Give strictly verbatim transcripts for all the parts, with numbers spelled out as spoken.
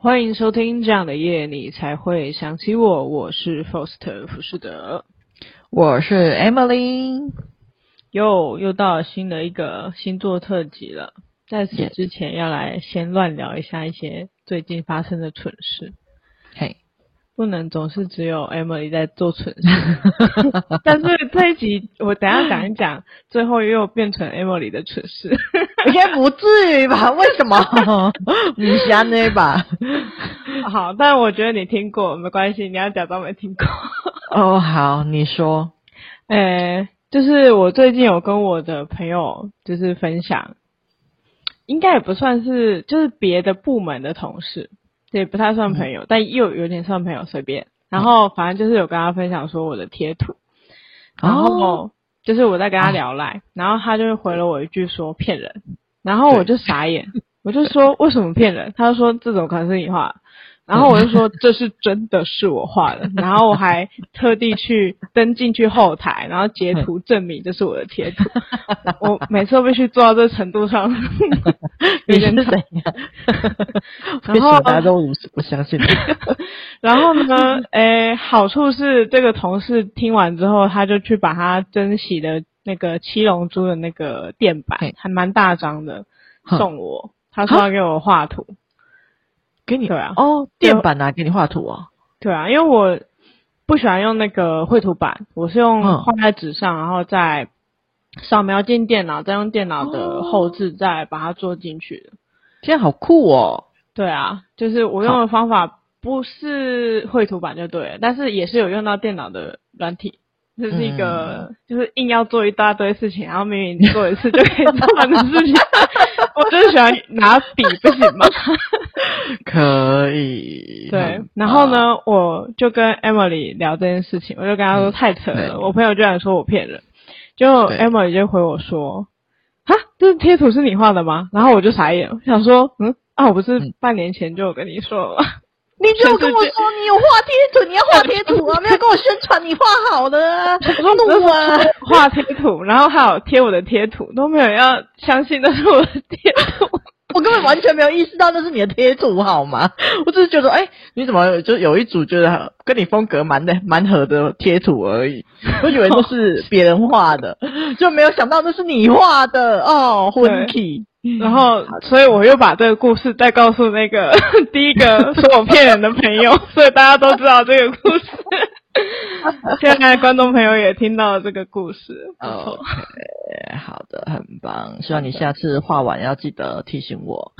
欢迎收听这样的夜你才会想起我，我是 Foster 福士德， 我是 Emily。 又又到了新的一个星座特辑了，在此之前要来先乱聊一下一些最近发生的蠢事。 嘿、hey. 不能总是只有 Emily 在做蠢事但是这一集我等一下讲一讲，最后又变成 Emily 的蠢事应该不至于吧？为什么？你瞎那吧好，但我觉得你听过没关系，你要假装没听过哦。好，你说。 呃就是我最近有跟我的朋友就是分享，应该也不算是就是别的部门的同事，也不太算朋友、嗯、但又有点算朋友，随便。然后反正就是有跟他分享说我的贴图、嗯、然后就是我在跟他聊赖、哦、然后他就回了我一句说骗人，然后我就傻眼我就说为什么骗人，他就说这种可能是你画的，然后我就说这是真的是我画的，然后我还特地去登进去后台，然后截图证明这是我的贴图我每次都必须做到这程度上你是怎样然后大家都如此不相信然后呢诶好处是这个同事听完之后，他就去把他珍惜的那个七龙珠的那个垫板还蛮大张的送我，他说要给我画图， 给你对啊， 哦，垫板拿给你画图哦。 对啊，因为我不喜欢用那个绘图板，我是用画在纸上、嗯、然后再扫描进电脑，再用电脑的后置再把它做进去的。 这样好酷哦。 对啊，就是我用的方法不是绘图板就对了，但是也是有用到电脑的软体，就是一个、嗯、就是硬要做一大堆事情，然后明明做一次就可以做完的事情我就是喜欢拿笔，不行吗可以。 对，然后呢我就跟 Emily 聊这件事情，我就跟她说、嗯、太扯了，我朋友居然说我骗人，就 Emily 就回我说哈，这贴图是你画的吗？然后我就傻眼，我想说嗯啊，我不是半年前就有跟你说了吗？ 你就跟我说你有画贴图，你要画贴图啊，没有跟我宣传你画好的啊， 怒啊！画贴图，然后还有贴我的贴图，都没有人要相信那是我的贴图。 我根本完全没有意识到那是你的贴图，好吗？我只是觉得，哎、欸，你怎么就有一组觉得跟你风格蛮的蛮合的贴图而已？我以为那是别人画的，就没有想到那是你画的哦，混气。 然后，所以我又把这个故事再告诉那个第一个说我骗人的朋友，所以大家都知道这个故事。现在观众朋友也听到了这个故事。 哦、okay, 好的，很棒。希望你下次画完要记得提醒我。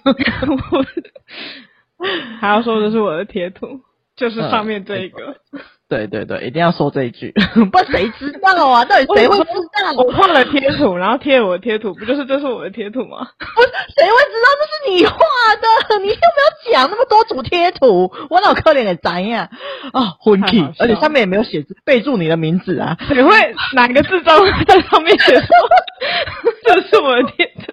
还要说这是我的贴图，就是上面这一个。 嗯对对对，一定要说这一句，不然谁知道啊？到底谁会知道？ 我画了贴图，然后贴我的贴图，不就是这是我的贴图吗？ 不是，谁会知道这是你画的？你有没有讲那么多组贴图？我脑可怜的怎样啊？混气，而且上面也没有写字备注你的名字啊？ 谁会哪个字都在上面写说这是我的贴图？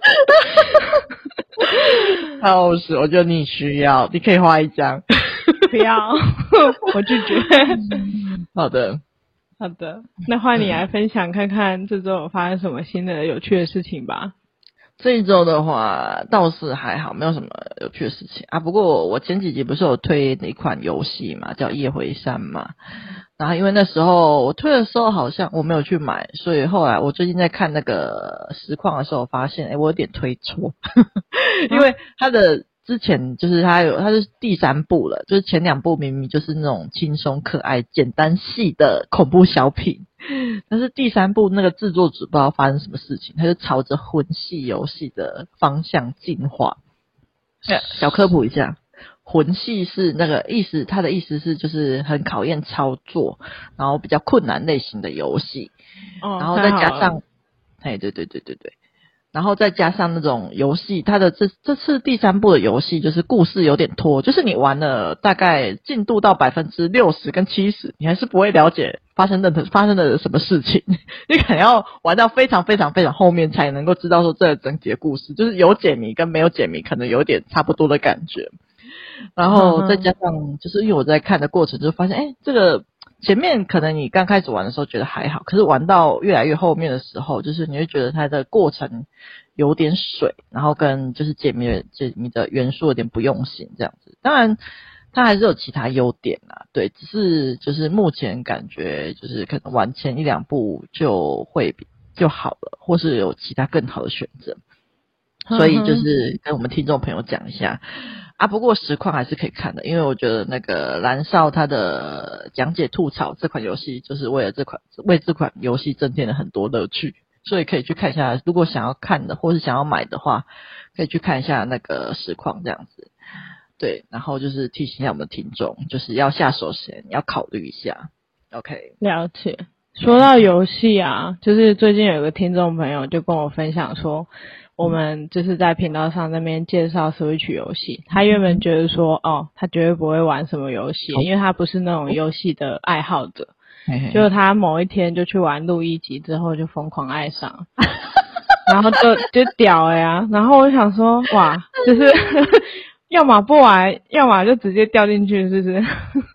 好是，我觉得你需要，你可以画一张。 不要，我拒绝。 好的， 好的，那换你来分享看看这周有发生什么新的有趣的事情吧。 这一周的话倒是还好，没有什么有趣的事情啊。不过我前几集不是有推一款游戏嘛，叫夜回山嘛。然后因为那时候我推的时候好像我没有去买，所以后来我最近在看那个实况的时候发现，诶我有点推错，因为它的之前就是它有它是第三部了，就是前两部明明就是那种轻松可爱简单细的恐怖小品，但是第三部那个制作组不知道发生什么事情，他就朝着魂系游戏的方向进化。小科普一下，魂系是那个意思，它的意思是就是很考验操作，然后比较困难类型的游戏， 哦、 然后再加上，哎，对对对对对。然后再加上那种游戏，它的这这次第三部的游戏就是故事有点拖，就是你玩了大概进度到百分之六十跟七十，你还是不会了解发生的发生的什么事情，你可能要玩到非常非常非常后面才能够知道说这个整体的故事，就是有解谜跟没有解谜可能有点差不多的感觉。然后再加上就是因为我在看的过程就发现，哎，这个前面可能你刚开始玩的时候觉得还好，可是玩到越来越后面的时候，就是你会觉得它的过程有点水，然后跟就是解谜解谜的元素有点不用心这样子。当然它还是有其他优点啦，对，只是就是目前感觉就是可能玩前一两步就会比就好了，或是有其他更好的选择。所以就是跟我们听众朋友讲一下啊，不过实况还是可以看的，因为我觉得那个蓝少他的讲解吐槽这款游戏，就是为了这款为这款游戏增添了很多乐趣，所以可以去看一下，如果想要看的或是想要买的话，可以去看一下那个实况这样子。对，然后就是提醒一下我们的听众，就是要下手前要考虑一下。OK， 了解。说到游戏啊，就是最近有个听众朋友就跟我分享说，我们就是在频道上那边介绍 Switch 游戏，他原本觉得说，哦，他绝对不会玩什么游戏，因为他不是那种游戏的爱好者。结果他某一天就去玩录一集之后，就疯狂爱上，然后就就屌了呀。然后我想说，哇，就是要么不玩，要么就直接掉进去，是不是？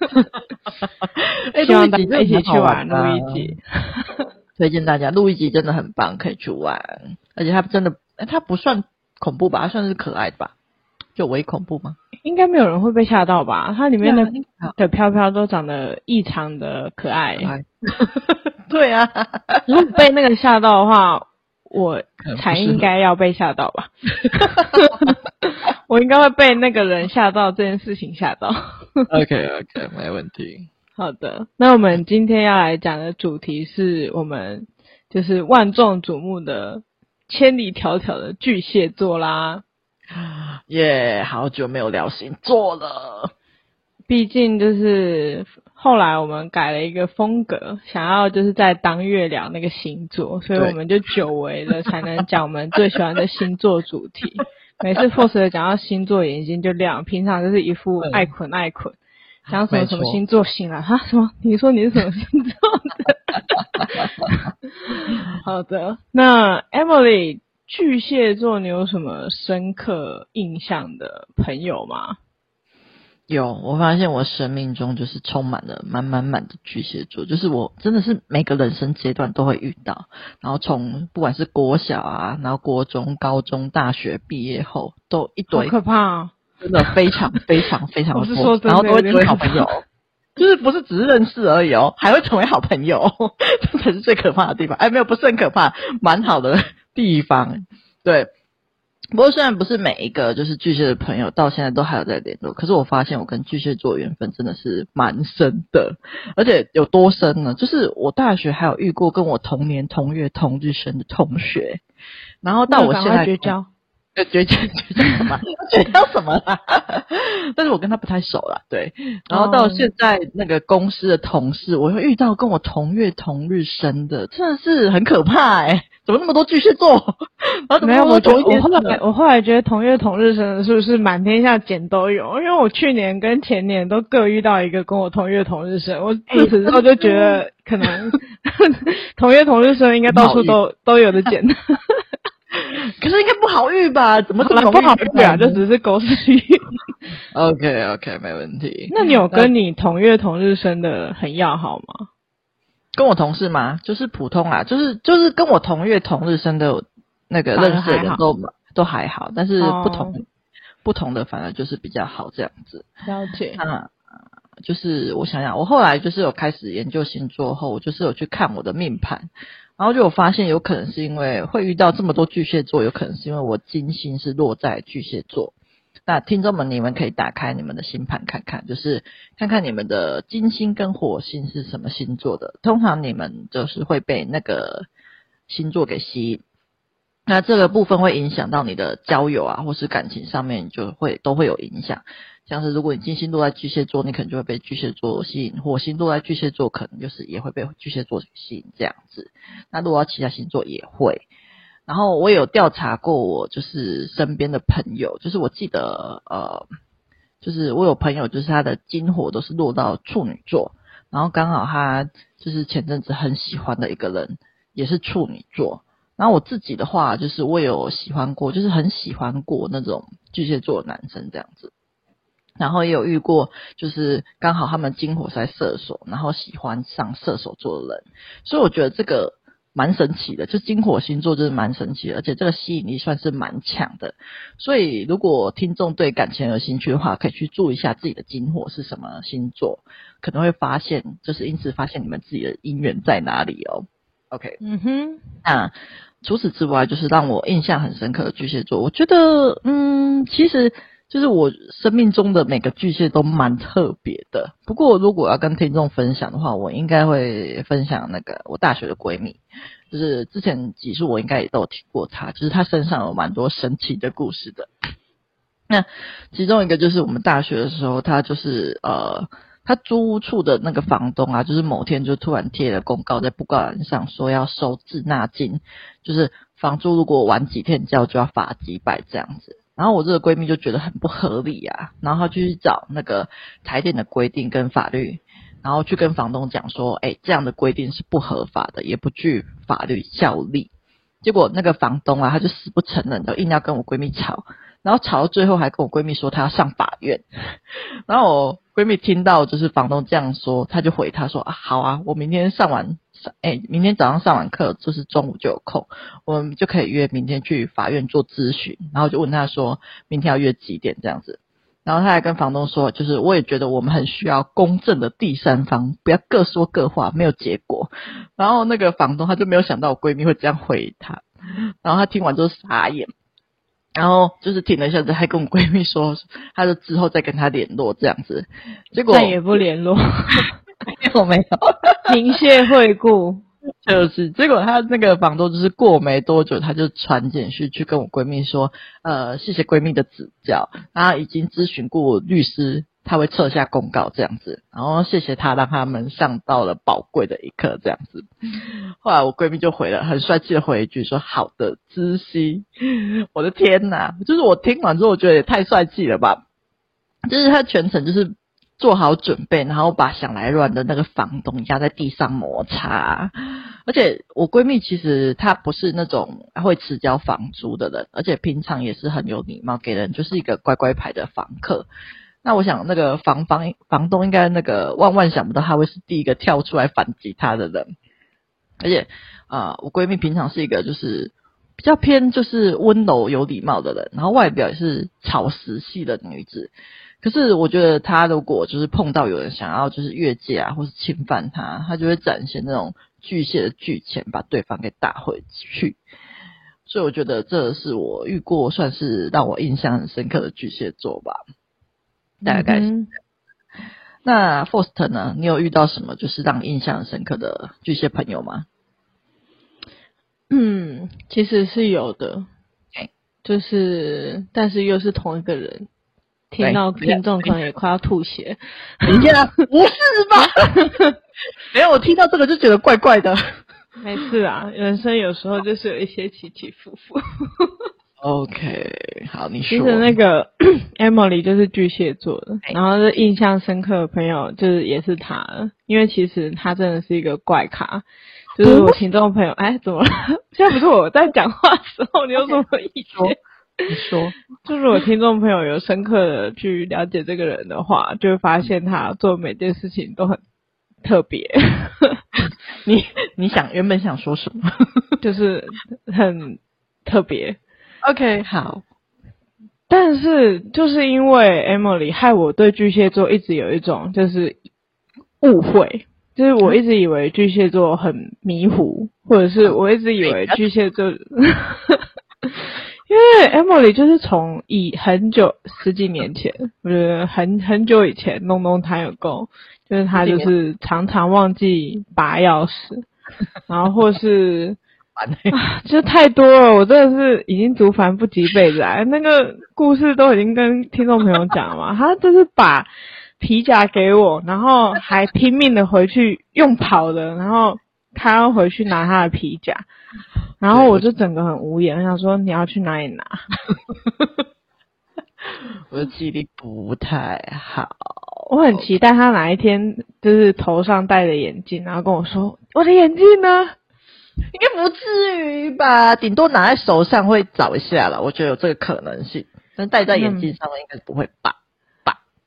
希望大家一起去玩录一集。 推荐大家录一集真的很棒，可以去玩，而且它真的它不算恐怖吧，它算是可爱的吧，就微恐怖吗？ 应该没有人会被吓到吧，它里面的的飘飘都长得异常的可爱。可爱对啊， 如果被那个吓到的话，我才应该要被吓到吧。我应该会被那个人吓到，这件事情吓到。 OK OK， 没问题。 好的，那我们今天要来讲的主题是我们就是万众瞩目的千里迢迢的巨蟹座啦。 耶、yeah, 好久没有聊星座了。 毕竟就是后来我们改了一个风格，想要就是在当月聊那个星座，所以我们就久违了才能讲我们最喜欢的星座主题。每次 Force 讲到星座眼睛就亮，平常就是一副爱捆爱捆。讲什么什么星座醒来哈？什么？你说你是什么星座的？好的，那 Emily 巨蟹座，你有什么深刻印象的朋友吗？ 有，我发现我生命中就是充满了满满满的巨蟹座，就是我真的是每个人生阶段都会遇到，然后从不管是国小啊，然后国中、高中、大学毕业后，都一堆， 好可怕啊！ 真的非常非常非常的多， 的然后都会成为好朋友，就是不是只是认识而已哦，还会成为好朋友，这才是最可怕的地方。哎，没有，不是很可怕，蛮好的地方。对，不过虽然不是每一个就是巨蟹的朋友到现在都还有在联络，可是我发现我跟巨蟹座的缘分真的是蛮深的，而且有多深呢？就是我大学还有遇过跟我同年同月同日生的同学，然后到我现在绝交。 呃，绝交绝交什么？绝交什么啦？但是我跟他不太熟啦，对。然后到现在那个公司的同事，我会遇到跟我同月同日生的，真的是很可怕哎、欸！怎么那么多巨蟹座？然后怎么那么多同一天？ 我后来我后来觉得同月同日生的是不是满天下捡都有？因为我去年跟前年都各遇到一个跟我同月同日生，我自此之后就觉得可能同月同日生应该到处都都有的捡。 可是应该不好遇吧？怎么这么不好遇啊？就只是狗屎运。 OK OK， 没问题。 那你有跟你同月同日生的很要好吗？ 跟我同事吗？就是普通啦，就是就是跟我同月同日生的那个认识的人都都还好，但是不同、哦、不同的反而就是比较好这样子。 了解。 那就是我想想，我后来就是有开始研究星座后，我就是有去看我的命盘。然后就有发现有可能是因为会遇到这么多巨蟹座，有可能是因为我金星是落在巨蟹座。那听众们你们可以打开你们的星盘看看，就是看看你们的金星跟火星是什么星座的，通常你们就是会被那个星座给吸引。那这个部分会影响到你的交友啊或是感情上面，就会都会有影响。像是如果你金星落在巨蟹座，你可能就会被巨蟹座吸引，火星落在巨蟹座可能就是也会被巨蟹座吸引这样子。那如果要其他星座也会。然后我也有调查过我就是身边的朋友，就是我记得呃就是我有朋友就是他的金火都是落到处女座，然后刚好他就是前阵子很喜欢的一个人也是处女座。然后我自己的话就是我有喜欢过，就是很喜欢过那种巨蟹座的男生这样子。 然后也有遇过，就是刚好他们金火是在射手，然后喜欢上射手座的人，所以我觉得这个蛮神奇的，就金火星座就是蛮神奇的，而且这个吸引力算是蛮强的。所以如果听众对感情有兴趣的话，可以去注意一下自己的金火是什么星座，可能会发现，就是因此发现你们自己的姻缘在哪里哦。OK， 嗯哼， 那除此之外，就是让我印象很深刻的巨蟹座，我觉得，嗯，其实。就是我生命中的每个巨蟹都蛮特别的，不过如果要跟听众分享的话，我应该会分享那个我大学的闺蜜，就是之前集数我应该也都有提过她，就是她身上有蛮多神奇的故事的。那其中一个就是我们大学的时候，她就是呃，她租屋处的那个房东啊，就是某天就突然贴了公告在布告栏上说要收滞纳金，就是房租如果晚几天交就要罚几百这样子。然后我这个闺蜜就觉得很不合理啊，然后她就去找那个台电的规定跟法律，然后去跟房东讲说，哎，这样的规定是不合法的，也不具法律效力。结果那个房东啊，他就死不承认的，硬要跟我闺蜜吵，然后吵到最后还跟我闺蜜说他要上法院。然后我闺蜜听到就是房东这样说，她就回他说啊，好啊，我明天上完哎，明天早上上完课就是中午就有空，我们就可以约明天去法院做咨询。然后就问他说明天要约几点这样子。然后他还跟房东说，就是我也觉得我们很需要公正的第三方，不要各说各话，没有结果。然后那个房东他就没有想到我闺蜜会这样回他，然后他听完之后傻眼，然后就是停了一下子，还跟我闺蜜说，他就之后再跟他联络这样子。结果再也不联络， 没有没有， 明谢惠顾。 就是结果他那个房东就是过没多久，他就传简讯去跟我闺蜜说，呃，谢谢闺蜜的指教，然后已经咨询过律师，他会撤下公告这样子，然后谢谢他让他们上到了宝贵的一课这样子。后来我闺蜜就回了很帅气的回一句说，好的，知悉。我的天哪，就是我听完之后我觉得也太帅气了吧，就是他全程就是做好准备，然后把想来乱的那个房东压在地上摩擦。而且我闺蜜其实她不是那种会迟交房租的人，而且平常也是很有礼貌，给人就是一个乖乖牌的房客。那我想那个房房房东应该那个万万想不到他会是第一个跳出来反击他的人。而且啊、呃，我闺蜜平常是一个就是比较偏就是温柔有礼貌的人，然后外表也是草食系的女子。可是我觉得她如果就是碰到有人想要就是越界啊，或是侵犯她，她就会展现那种巨蟹的巨钳，把对方给打回去。所以我觉得这是我遇过算是让我印象很深刻的巨蟹座吧，大概是、嗯、那 Faust 呢？你有遇到什么就是让你印象很深刻的巨蟹朋友吗？ 嗯，其实是有的，就是但是又是同一个人。听到听众可能也快要吐血。 等一下，不是吧？没有，我听到这个就觉得怪怪的。 没事啊，人生有时候就是有一些起起伏伏。 OK， 好，你说。 其实那个 Emily 就是巨蟹座的，然后是印象深刻的朋友就是也是他，因为其实他真的是一个怪咖。就是我听众朋友，哎，怎么了？现在不是我在讲话的时候，你有什么意见？ 你说， 就是我听众朋友有深刻的去了解这个人的话，就会发现他做每件事情都很特别。 你你想原本想说什么？ 就是很特别。 OK， 好。 但是就是因为 Emily 害我对巨蟹座一直有一种就是误会，就是我一直以为巨蟹座很迷糊，或者是我一直以为巨蟹座。因为 Emily 就是从以很久十几年前，我觉得很很久以前弄弄他有够，就是他就是常常忘记拔钥匙，然后或是啊，就太多了，我真的是已经竹凡不及被宰。那个故事都已经跟听众朋友讲了嘛，他就是把皮夹给我，然后还拼命的回去用跑的，然后他要回去拿他的皮夹。然后我就整个很无言，我想说你要去哪里拿？ 我的记忆力不太好。 我很期待他哪一天就是头上戴着眼镜，然后跟我说我的眼镜呢？ 应该不至于吧，顶多拿在手上会找一下啦，我觉得有这个可能性。但戴在眼镜上面应该不会吧吧。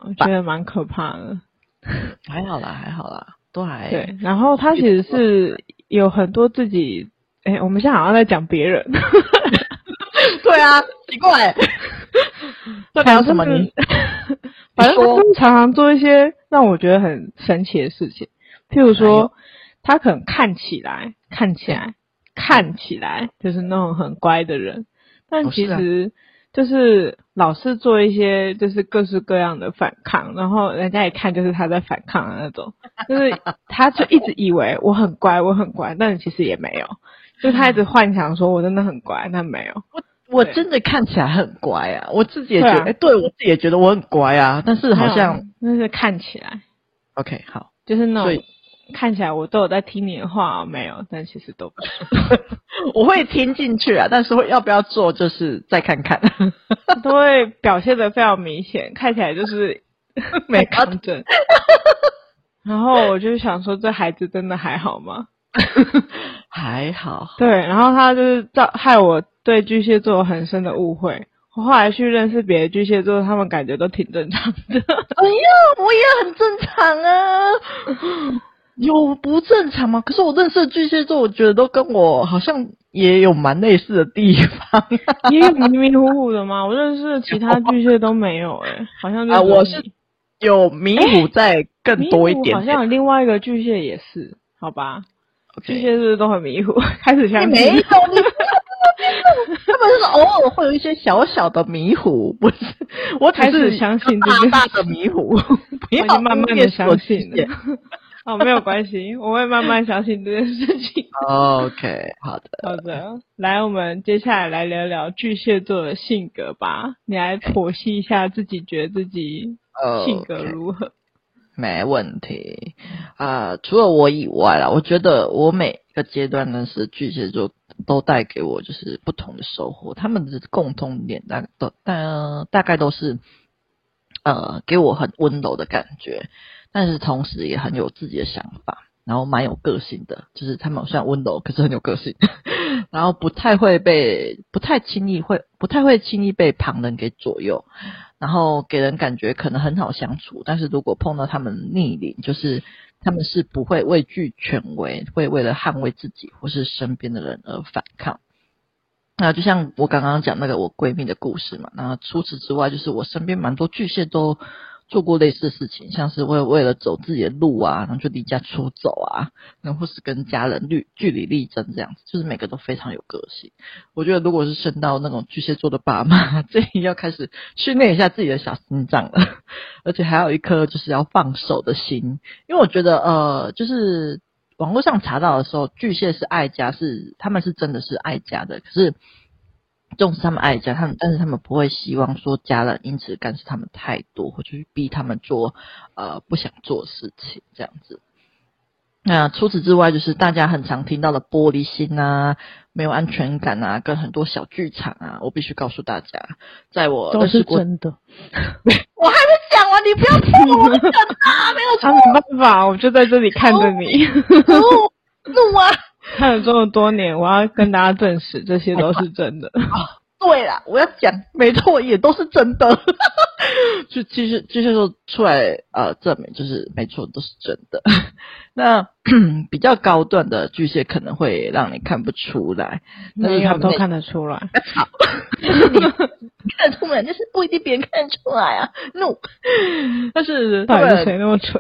我觉得蛮可怕的。 还好啦，还好啦，都还对。然后他其实是有很多自己，哎，我们现在好像在讲别人。 对啊，奇怪。这聊什么你？ 反正他就是常常做一些让我觉得很神奇的事情，譬如说，他可能看起来看起来看起来就是那种很乖的人，但其实就是老是做一些就是各式各样的反抗，然后人家一看就是他在反抗的那种，就是他就一直以为我很乖我很乖，但其实也没有，就是他一直幻想说我真的很乖，但没有。 我真的看起来很乖啊，我自己也觉得，哎、啊欸，对我自己也觉得我很乖啊，但是好像那是看起来。 OK， 好， 就是那种看起来我都有在听你的话，没有，但其实都不是。 我会听进去啊，但是会要不要做，就是再看看。 都会表现得非常明显，看起来就是没抗争。然后我就想说，这孩子真的还好吗？ 还好。 对，然后他就是造害我对巨蟹座有很深的误会。我后来去认识别的巨蟹座，他们感觉都挺正常的。 哎呀，我也很正常啊。有不正常吗？可是我认识的巨蟹座，我觉得都跟我好像也有蛮类似的地方。 也有迷迷糊糊的吗？我认识的其他巨蟹都没有诶、欸、好像就啊，我是有迷糊在更多一点点、 欸、好像有另外一个巨蟹也是，好吧。Okay. 巨蟹是不是都很迷糊？开始相信。 没有，你他们是偶尔会有一些小小的迷糊，不是？我只是开始相信大大的迷糊，不要慢慢的相信了。哦，没有关系，我会慢慢相信这件事情。 OK， 好的， 好的，来，我们接下来来聊聊巨蟹座的性格吧。你来剖析一下自己，觉得自己性格如何？ okay. 没问题啊、呃，除了我以外啦，我觉得我每个阶段认识巨蟹座都带给我就是不同的收获。他们的共通点大都大大概都是呃给我很温柔的感觉，但是同时也很有自己的想法，然后蛮有个性的。就是他们虽然温柔，可是很有个性，然后不太会被不太轻易会不太会轻易被旁人给左右。然后给人感觉可能很好相处，但是如果碰到他们逆鳞，就是他们是不会畏惧权威，会为了捍卫自己或是身边的人而反抗。那就像我刚刚讲那个我闺蜜的故事嘛，那除此之外，就是我身边蛮多巨蟹都做过类似的事情，像是为为了走自己的路啊，然后就离家出走啊，然后或是跟家人距据理力争这样子，就是每个都非常有个性。我觉得如果是生到那种巨蟹座的爸妈，这要开始训练一下自己的小心脏了，而且还有一颗就是要放手的心，因为我觉得呃，就是网络上查到的时候，巨蟹是爱家，是他们是真的是爱家的，可是重视他们爱家，他们但是他们不会希望说家人因此干涉他们太多，或者去逼他们做呃不想做的事情这样子。那除此之外，就是大家很常听到的玻璃心啊，没有安全感啊，跟很多小剧场啊，我必须告诉大家，在我都是真的。 我还没讲完，你不要破我的梗啊！没有错， 他没办法，我就在这里看着你。 哦，怒啊！ 看了这么多年，我要跟大家证实，这些都是真的。 哦，对啦，我要讲，没错，也都是真的。就其实巨蟹座出来呃证明，就是没错，都是真的。那比较高段的巨蟹可能会让你看不出来，但是他们都看得出来。 好，你看得出来，就是不一定别人看得出来啊。no， 但是到底是谁那么蠢？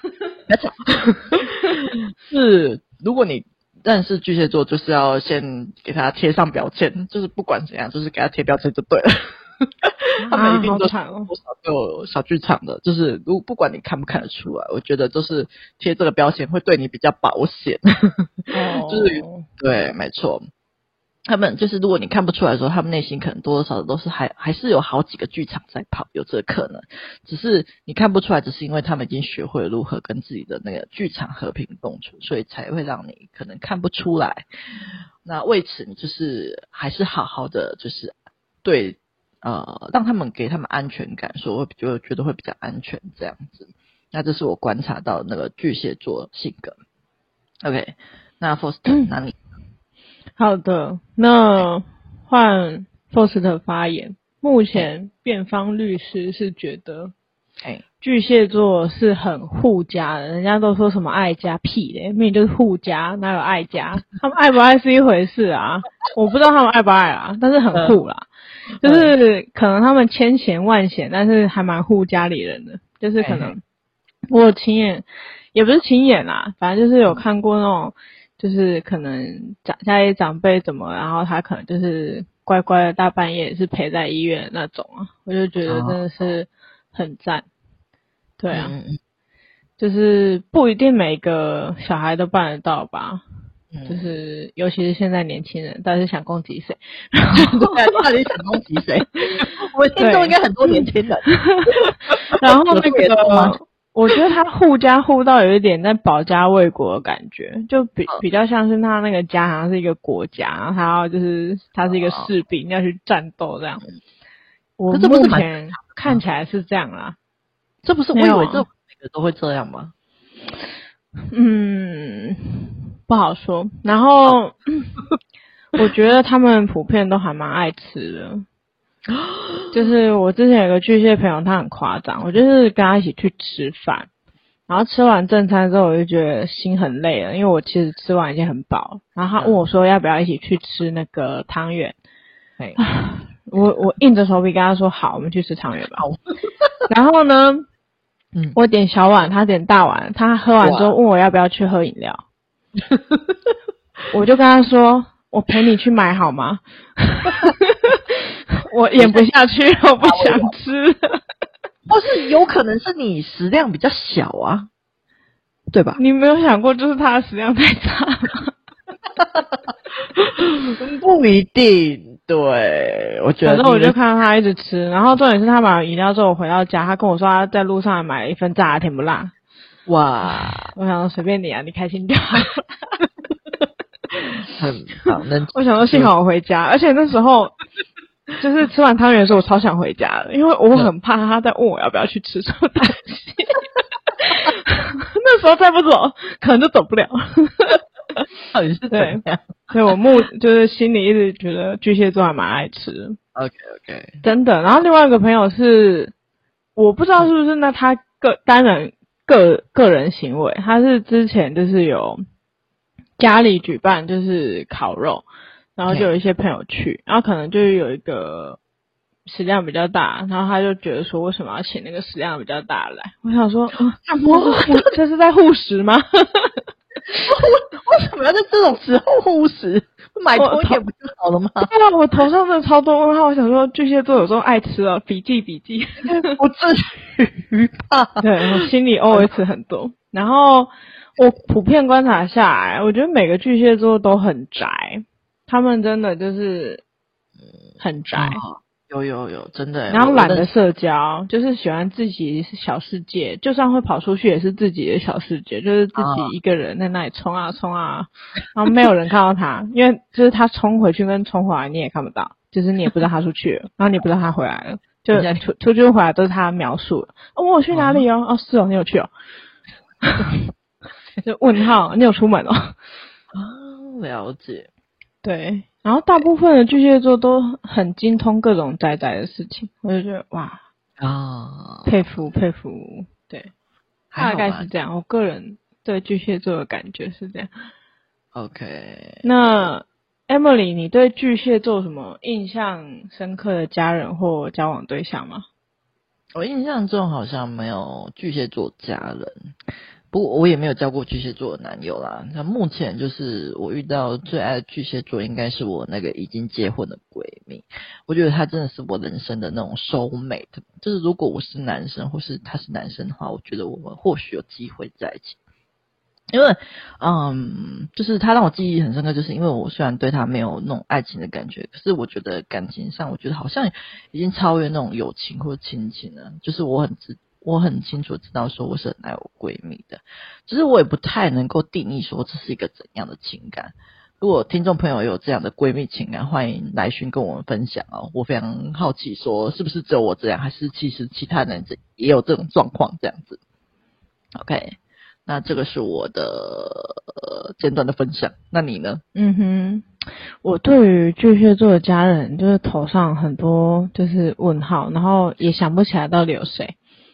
是如果你认识巨蟹座，就是要先给他贴上标签，就是不管怎样，就是给他贴标签就对了。他们一定都是多少都有小剧场的，就是如不管你看不看得出来，我觉得就是贴这个标签会对你比较保险。 哦、 就是对，没错。他们就是如果你看不出来的时候，他们内心可能多多少少都是还还是有好几个剧场在跑，有这个可能。只是你看不出来，只是因为他们已经学会了如何跟自己的那个剧场和平共处，所以才会让你可能看不出来。那为此，你就是还是好好的，就是对。呃，让他们给他们安全感，所以我会就觉得会比较安全这样子。那这是我观察到那个巨蟹座性格。OK， 那 Foster 哪里？ 好的，那换 Foster 发言。目前辩方律师是觉得， 哎， 巨蟹座是很护家的，人家都说什么爱家屁嘞，明明就是护家，哪有爱家？他们爱不爱是一回事啊，我不知道他们爱不爱啦，但是很护啦，就是可能他们千嫌万嫌，但是还蛮护家里人的，就是可能我有亲眼，也不是亲眼啦，反正就是有看过那种，就是可能家家里长辈怎么，然后他可能就是乖乖的大半夜也是陪在医院的那种啊，我就觉得真的是很赞。对啊，嗯、就是不一定每个小孩都办得到吧，嗯、就是尤其是现在年轻人，到底是想攻击谁？ 对啊，到底想攻击谁？我们听众应该很多年轻人。 然后那个，我觉得他护家护到有一点在保家卫国的感觉，就比比较像是他那个家好像是一个国家，然后他要就是他是一个士兵，要去战斗这样。我目前看起来是这样啦。 这不是我以为这每个都会这样吗？ 嗯，不好说。然后我觉得他们普遍都还蛮爱吃的。就是我之前有个巨蟹朋友，他很夸张，我就是跟他一起去吃饭，然后吃完正餐之后，我就觉得心很累了，因为我其实吃完已经很饱。然后他问我说要不要一起去吃那个汤圆。 嗯我我硬着头皮跟他说好，我们去吃汤圆吧。然后呢，嗯，我点小碗，他点大碗。他喝完之后问我要不要去喝饮料，我就跟他说我陪你去买好吗？我咽不下去，我不想吃。 或是有可能是你食量比较小啊，对吧？ 你没有想过就是他的食量太大吗？ 不一定，对，我觉得。 反正我就看到他一直吃，然后重点是他买完饮料之后，我回到家，他跟我说他在路上买了一份炸的甜不辣。 哇！ 我想说随便你啊，你开心就好。 很好，能。 我想说幸好我回家，而且那时候就是吃完汤圆的时候，我超想回家的，因为我很怕他在问我要不要去吃什么东西。那时候再不走，可能就走不了。 到底是怎样？ 对，所以我目就是心里一直觉得巨蟹座还蛮爱吃的。 OK OK， 真的。然后另外一个朋友是，我不知道是不是那他个单人个个人行为，他是之前就是有家里举办就是烤肉，然后就有一些朋友去，然后可能就是有一个食量比较大，然后他就觉得说为什么要请那个食量比较大的来？我想说，啊、这是在护食吗？ 为什么要在这种时候护食？买多一点不就好了吗？ 对啊，我头上真的超多问号。我想说，巨蟹座有时候爱吃哦，笔记笔记， 不至于吧？ 对，我心里 O S 很多。然后我普遍观察下来，我觉得每个巨蟹座都很宅，他们真的就是很宅。 哦有有有，真的。 然后懒得社交，就是喜欢自己小世界，就算会跑出去也是自己的小世界，就是自己一个人在那里冲啊冲啊，然后没有人看到他，因为就是他冲回去跟冲回来你也看不到，就是你也不知道他出去了，然后你也不知道他回来了，就出出去回来都是他描述的。哦，我有去哪里哦？哦，是哦，你有去哦。就问号，你有出门哦？ 啊，了解。 对。然后大部分的巨蟹座都很精通各种宅宅的事情，我就觉得哇啊， 佩服佩服，对，大概是这样。我个人对巨蟹座的感觉是这样。 OK， 那 Emily， 你对巨蟹座有什么印象深刻的家人或交往对象吗？ 我印象中好像没有巨蟹座家人。不过我也没有交过巨蟹座的男友啦。那目前就是我遇到最爱的巨蟹座，应该是我那个已经结婚的闺蜜。我觉得她真的是我人生的那种soul mate。就是如果我是男生，或是他是男生的话，我觉得我们或许有机会在一起。因为，嗯，就是他让我记忆很深刻，就是因为我虽然对他没有那种爱情的感觉，可是我觉得感情上，我觉得好像已经超越那种友情或亲情了。就是我很知。我很清楚知道说我是很爱我闺蜜的，只是我也不太能够定义说这是一个怎样的情感。如果听众朋友有这样的闺蜜情感，欢迎来讯跟我们分享哦。我非常好奇说是不是只有我这样，还是其实其他人也有这种状况这样子。OK， 那这个是我的、呃、简短的分享。那你呢？ 嗯哼，我对于巨蟹座的家人就是头上很多就是问号，然后也想不起来到底有谁。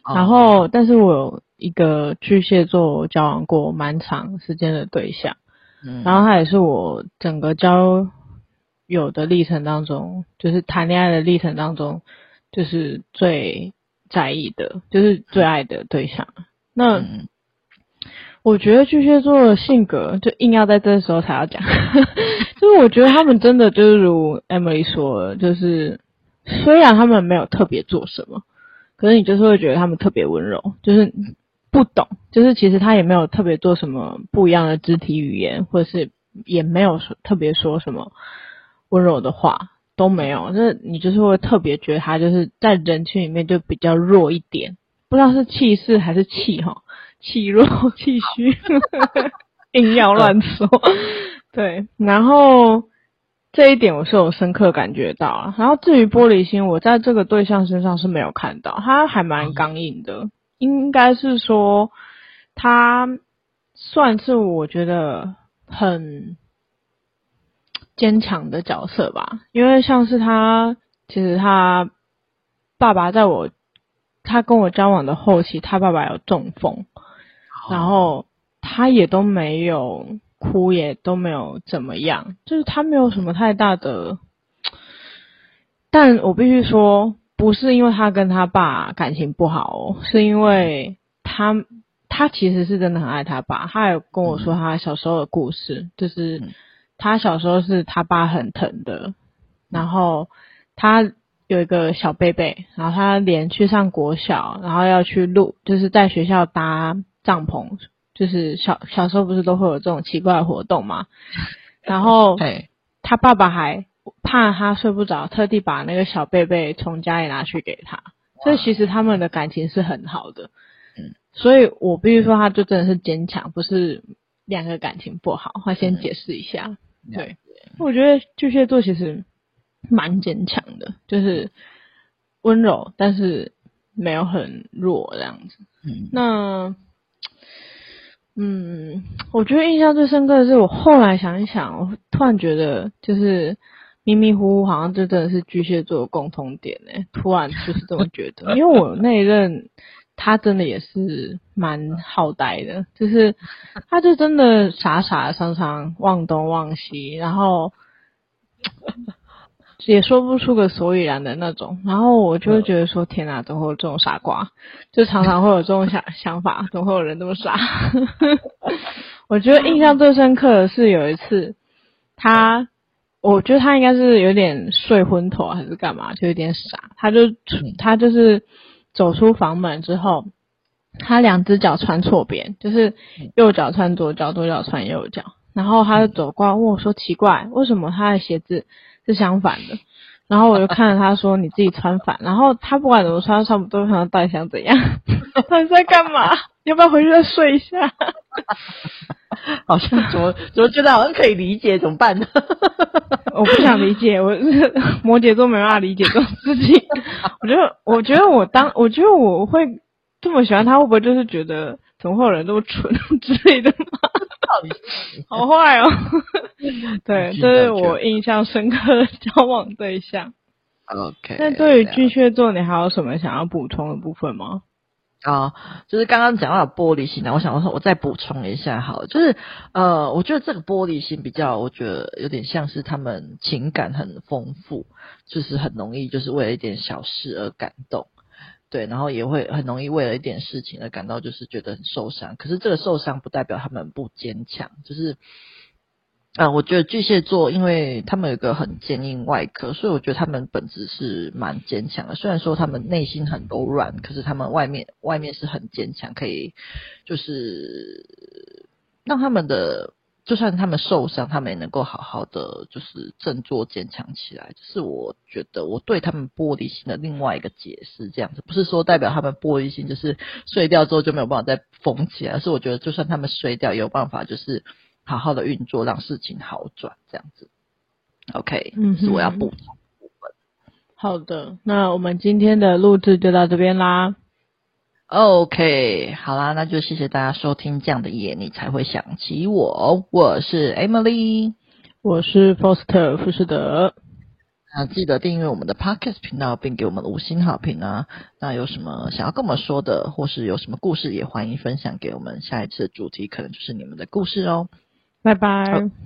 然后但是我有一个巨蟹座我交往过蛮长时间的对象，嗯，然后他也是我整个交友的历程当中，就是谈恋爱的历程当中，就是最在意的，就是最爱的对象。那、嗯、我觉得巨蟹座的性格就硬要在这时候才要讲就是我觉得他们真的就是如 Emily 说的，就是虽然他们没有特别做什么，可是你就是会觉得他们特别温柔，就是不懂，就是其实他也没有特别做什么不一样的肢体语言，或者是也没有说特别说什么温柔的话，都没有，就是你就是会特别觉得他就是在人群里面就比较弱一点，不知道是气势还是气齁，气弱气虚硬要乱说对，然后这一点我是有深刻感觉到了。然后至于玻璃心，我在这个对象身上是没有看到，他还蛮刚硬的，应该是说他算是我觉得很坚强的角色吧，因为像是他其实他爸爸在我他跟我交往的后期，他爸爸有中风，然后他也都没有哭，也都没有怎么样，就是他没有什么太大的，但我必须说不是因为他跟他爸感情不好哦，是因为他他其实是真的很爱他爸，他有跟我说他小时候的故事，就是他小时候是他爸很疼的，然后他有一个小贝贝，然后他连去上国小，然后要去录，就是在学校搭帐篷，就是小小时候不是都会有这种奇怪的活动嘛，然后他爸爸还怕他睡不着，特地把那个小贝贝从家里拿去给他，所以其实他们的感情是很好的。所以我必须说他就真的是坚强，不是两个感情不好，我先解释一下。对，我觉得巨蟹座其实蛮坚强的，就是温柔但是没有很弱这样子。嗯，那嗯，我觉得印象最深刻的是我后来想一想，我突然觉得就是迷迷糊糊好像就真的是巨蟹座的共同点欸，突然就是这么觉得，因为我那一任他真的也是蛮好呆的，就是他就真的傻傻的常常忘东忘西，然后也说不出个所以然的那种，然后我就会觉得说天哪，怎么会有这种傻瓜，就常常会有这种想想法，怎么会有人这么傻我觉得印象最深刻的是有一次他我觉得他应该是有点睡昏头还是干嘛，就有点傻，他就他就是走出房门之后，他两只脚穿错边，就是右脚穿左脚，左脚穿右脚，然后他就走过来问我说奇怪，为什么他的鞋子是相反的？然后我就看着他说你自己穿反，然后他不管怎么穿，差不多想到底想怎样？他你在干嘛？要不要回去再睡一下？ 好像怎么怎么觉得好像可以理解，怎么办呢？ 我不想理解，我是摩羯座没办法理解这种事情。我觉得，我觉得我当，我觉得我会这么喜欢他，会不会就是觉得怎么会有人这么蠢之类的吗？好坏哦。对，这是我印象深刻的交往对象。 OK。 那对于巨蟹座，你还有什么想要补充的部分吗？ 啊，就是刚刚讲到玻璃心，我想说，我再补充一下好了，就是呃，我觉得这个玻璃心比较，我觉得有点像是他们情感很丰富，就是很容易就是为了一点小事而感动，对，然后也会很容易为了一点事情而感到就是觉得很受伤，可是这个受伤不代表他们不坚强，就是啊、呃，我觉得巨蟹座，因为他们有一个很坚硬外壳，所以我觉得他们本质是蛮坚强的。虽然说他们内心很柔软，可是他们外面外面是很坚强，可以就是让他们的，就算他们受伤，他们也能够好好的就是振作坚强起来。这是我觉得我对他们玻璃心的另外一个解释，这样子不是说代表他们玻璃心就是碎掉之后就没有办法再缝起来，而是我觉得就算他们碎掉，也有办法就是好好的运作，让事情好转，这样子。OK，嗯，是我要补充的部分。 好的，那我们今天的录制就到这边啦。 OK， 好啦，那就谢谢大家收听这样的夜你才会想起我，我是 Emily， 我是 Foster 富士德。 那记得订阅我们的 Podcast 频道，并给我们五星好评啊！那有什么想要跟我们说的，或是有什么故事，也欢迎分享给我们。下一次的主题可能就是你们的故事哦。 拜拜。